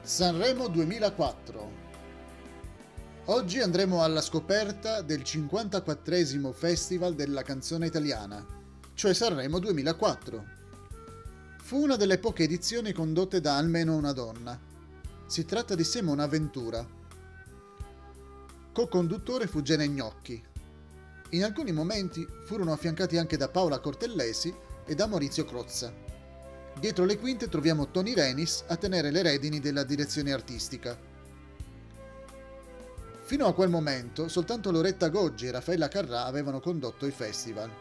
Sanremo 2004. Oggi andremo alla scoperta del 54esimo Festival della canzone italiana, cioè Sanremo 2004. Fu una delle poche edizioni condotte da almeno una donna. Si tratta di Simona Ventura. Co-conduttore fu Gene Gnocchi. In alcuni momenti furono affiancati anche da Paola Cortellesi e da Maurizio Crozza. Dietro le quinte troviamo Tony Renis a tenere le redini della direzione artistica. Fino a quel momento soltanto Loretta Goggi e Raffaella Carrà avevano condotto i festival.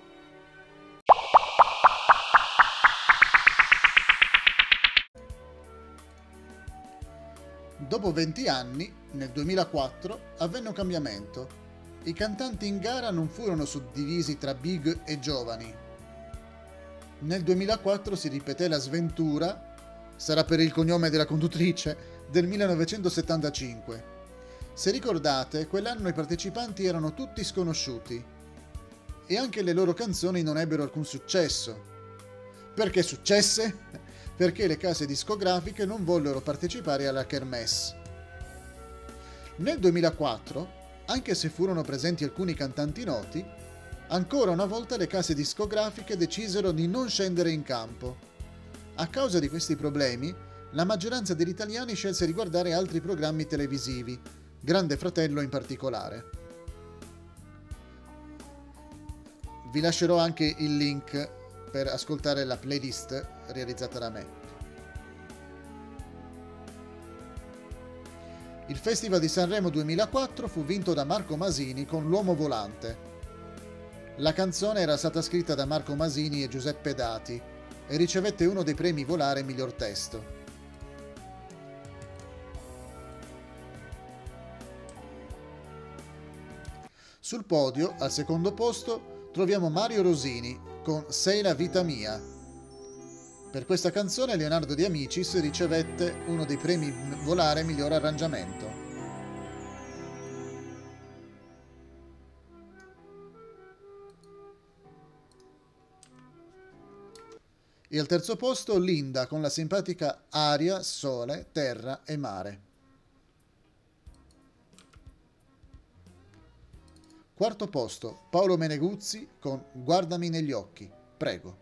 Dopo 20 anni, nel 2004, avvenne un cambiamento. I cantanti in gara non furono suddivisi tra big e giovani. Nel 2004 si ripeté la sventura, sarà per il cognome della conduttrice, del 1975. Se ricordate, quell'anno i partecipanti erano tutti sconosciuti e anche le loro canzoni non ebbero alcun successo. Perché successe? Perché le case discografiche non vollero partecipare alla kermesse. Nel 2004, anche se furono presenti alcuni cantanti noti, ancora una volta le case discografiche decisero di non scendere in campo. A causa di questi problemi, la maggioranza degli italiani scelse di guardare altri programmi televisivi, Grande Fratello in particolare. Vi lascerò anche il link per ascoltare la playlist realizzata da me. Il Festival di Sanremo 2004 fu vinto da Marco Masini con L'Uomo Volante. La canzone era stata scritta da Marco Masini e Giuseppe Dati e ricevette uno dei premi Volare miglior testo. Sul podio, al secondo posto, troviamo Mario Rosini con Sei la vita mia. Per questa canzone Leonardo De Amicis ricevette uno dei premi Volare miglior arrangiamento. E al terzo posto Linda con la simpatica Aria, Sole, Terra e Mare. Quarto posto Paolo Meneguzzi con Guardami negli occhi, prego.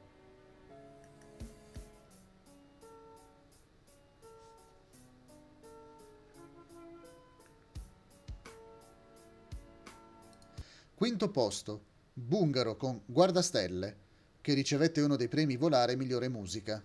Quinto posto Bungaro con Guardastelle, che ricevette uno dei premi Volare migliore musica.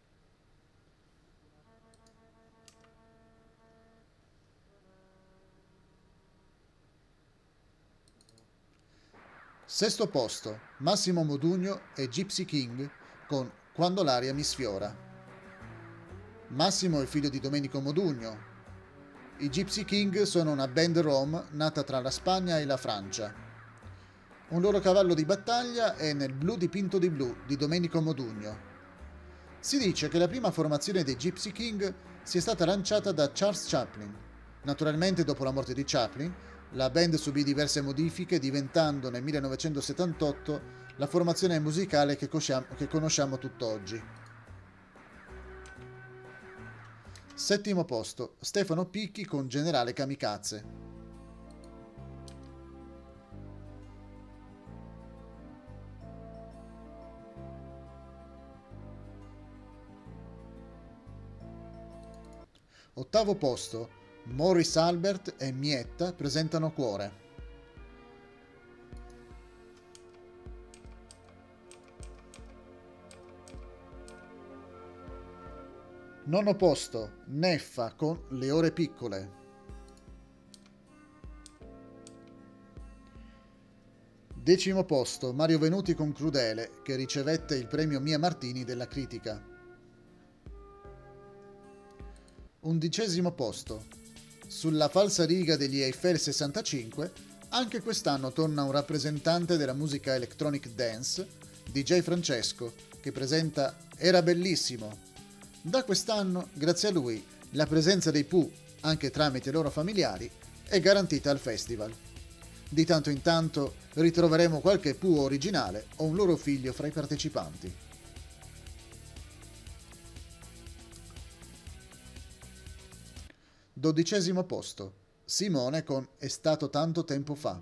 Sesto posto Massimo Modugno e Gypsy King con Quando l'aria mi sfiora. Massimo è figlio di Domenico Modugno. I Gypsy King sono una band rom nata tra la Spagna e la Francia. Un loro cavallo di battaglia è Nel blu dipinto di blu di Domenico Modugno. Si dice che la prima formazione dei Gypsy King sia stata lanciata da Charles Chaplin. Naturalmente, dopo la morte di Chaplin, la band subì diverse modifiche, diventando nel 1978 la formazione musicale che conosciamo tutt'oggi. Settimo posto Stefano Picchi con Generale Kamikaze. Ottavo posto, Morris Albert e Mietta presentano Cuore. Nono posto, Neffa con Le ore piccole. Decimo posto, Mario Venuti con Crudele, che ricevette il premio Mia Martini della critica. Undicesimo posto. Sulla falsariga degli Eiffel 65, anche quest'anno torna un rappresentante della musica electronic dance, DJ Francesco, che presenta Era bellissimo. Da quest'anno, grazie a lui, la presenza dei Pooh, anche tramite i loro familiari, è garantita al festival. Di tanto in tanto ritroveremo qualche Pooh originale o un loro figlio fra i partecipanti. 12° posto, Simone con È stato tanto tempo fa.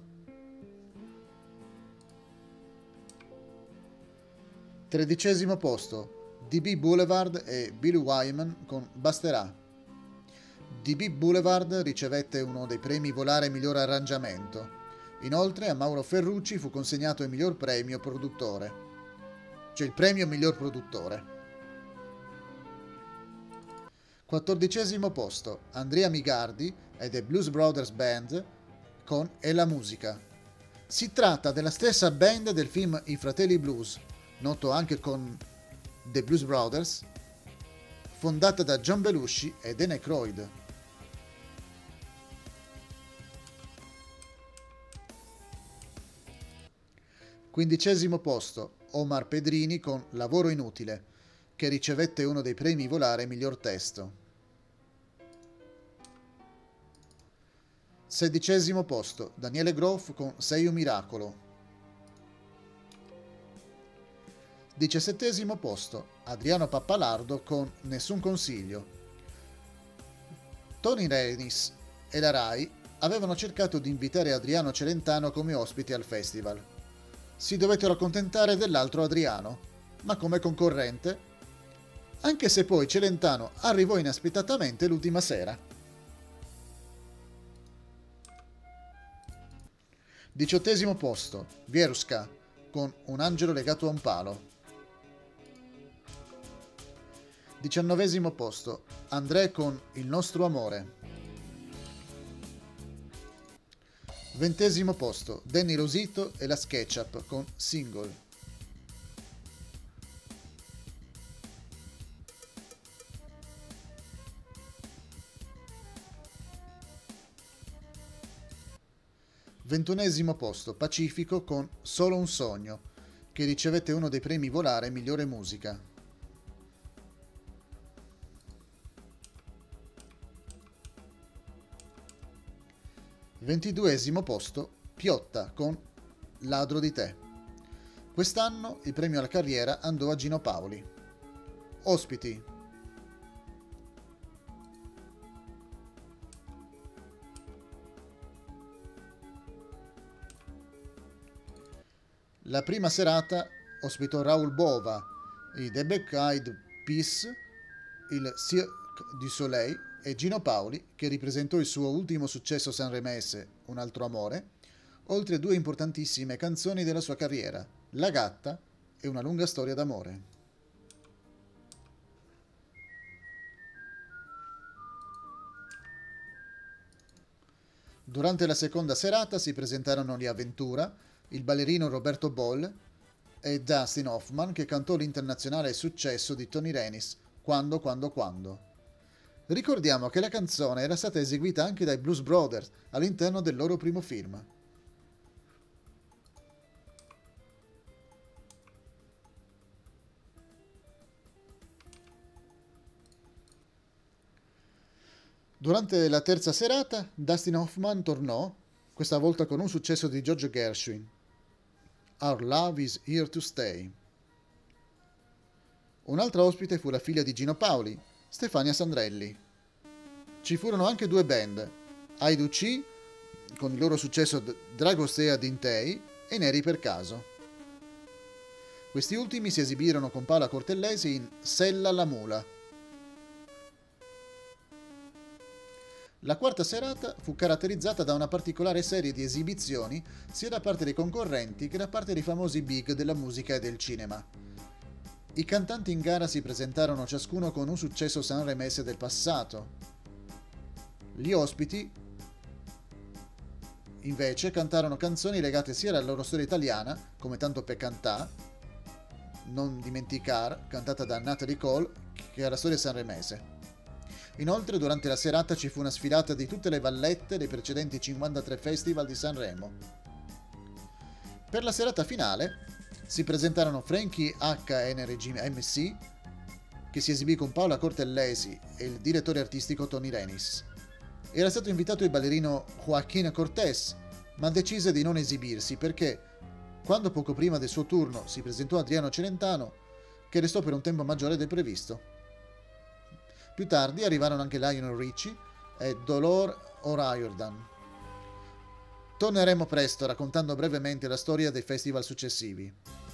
13° posto, DB Boulevard e Billy Wyman con Basterà. DB Boulevard ricevette uno dei premi Volare miglior arrangiamento. Inoltre a Mauro Ferrucci fu consegnato il miglior premio produttore, cioè il premio miglior produttore. 14° posto, Andrea Migardi e The Blues Brothers Band con È la musica. Si tratta della stessa band del film I Fratelli Blues, noto anche con The Blues Brothers, fondata da John Belushi e Dan Aykroyd. 15° posto, Omar Pedrini con Lavoro inutile, che ricevette uno dei premi Volare miglior testo. 16° posto, Daniele Groff con Sei un miracolo. 17° posto, Adriano Pappalardo con Nessun consiglio. Tony Renis e la Rai avevano cercato di invitare Adriano Celentano come ospite al festival. Si dovettero accontentare dell'altro Adriano, ma come concorrente, anche se poi Celentano arrivò inaspettatamente l'ultima sera. 18° posto, Wieruska con Un angelo legato a un palo. 19° posto, André con Il nostro amore. 20° posto, Danny Rosito e la SketchUp con Single. 21° posto, Pacifico con Solo un sogno, che ricevette uno dei premi Volare migliore musica. 22° posto, Piotta con Ladro di te. Quest'anno il premio alla carriera andò a Gino Paoli. Ospiti: la prima serata ospitò Raoul Bova, i The Black Eyed Peas, il Cirque du Soleil e Gino Paoli, che ripresentò il suo ultimo successo sanremese, Un altro amore, oltre a due importantissime canzoni della sua carriera, La gatta e Una lunga storia d'amore. Durante la seconda serata si presentarono Lia Ventura, il ballerino Roberto Boll e Dustin Hoffman, che cantò l'internazionale successo di Tony Renis, Quando, quando, quando. Ricordiamo che la canzone era stata eseguita anche dai Blues Brothers all'interno del loro primo film. Durante la terza serata, Dustin Hoffman tornò, questa volta con un successo di George Gershwin, Our Love is Here to Stay. Un'altra ospite fu la figlia di Gino Paoli, Stefania Sandrelli. Ci furono anche due band, Aiduci, con il loro successo Dragostea Dintei, e Neri per caso. Questi ultimi si esibirono con Paola Cortellesi in Sella la mula. La quarta serata fu caratterizzata da una particolare serie di esibizioni sia da parte dei concorrenti che da parte dei famosi big della musica e del cinema. I cantanti in gara si presentarono ciascuno con un successo sanremese del passato. Gli ospiti, invece, cantarono canzoni legate sia alla loro storia italiana, come Tanto per cantà, Non dimenticar, cantata da Natalie Cole, che alla storia sanremese. Inoltre, durante la serata ci fu una sfilata di tutte le vallette dei precedenti 53 festival di Sanremo. Per la serata finale si presentarono Frankie H. Energy MC, che si esibì con Paola Cortellesi e il direttore artistico Tony Renis. Era stato invitato il ballerino Joaquín Cortés, ma decise di non esibirsi perché, quando poco prima del suo turno si presentò Adriano Celentano, che restò per un tempo maggiore del previsto. Più tardi arrivarono anche Lionel Richie e Dolor O'Riordan. Torneremo presto raccontando brevemente la storia dei festival successivi.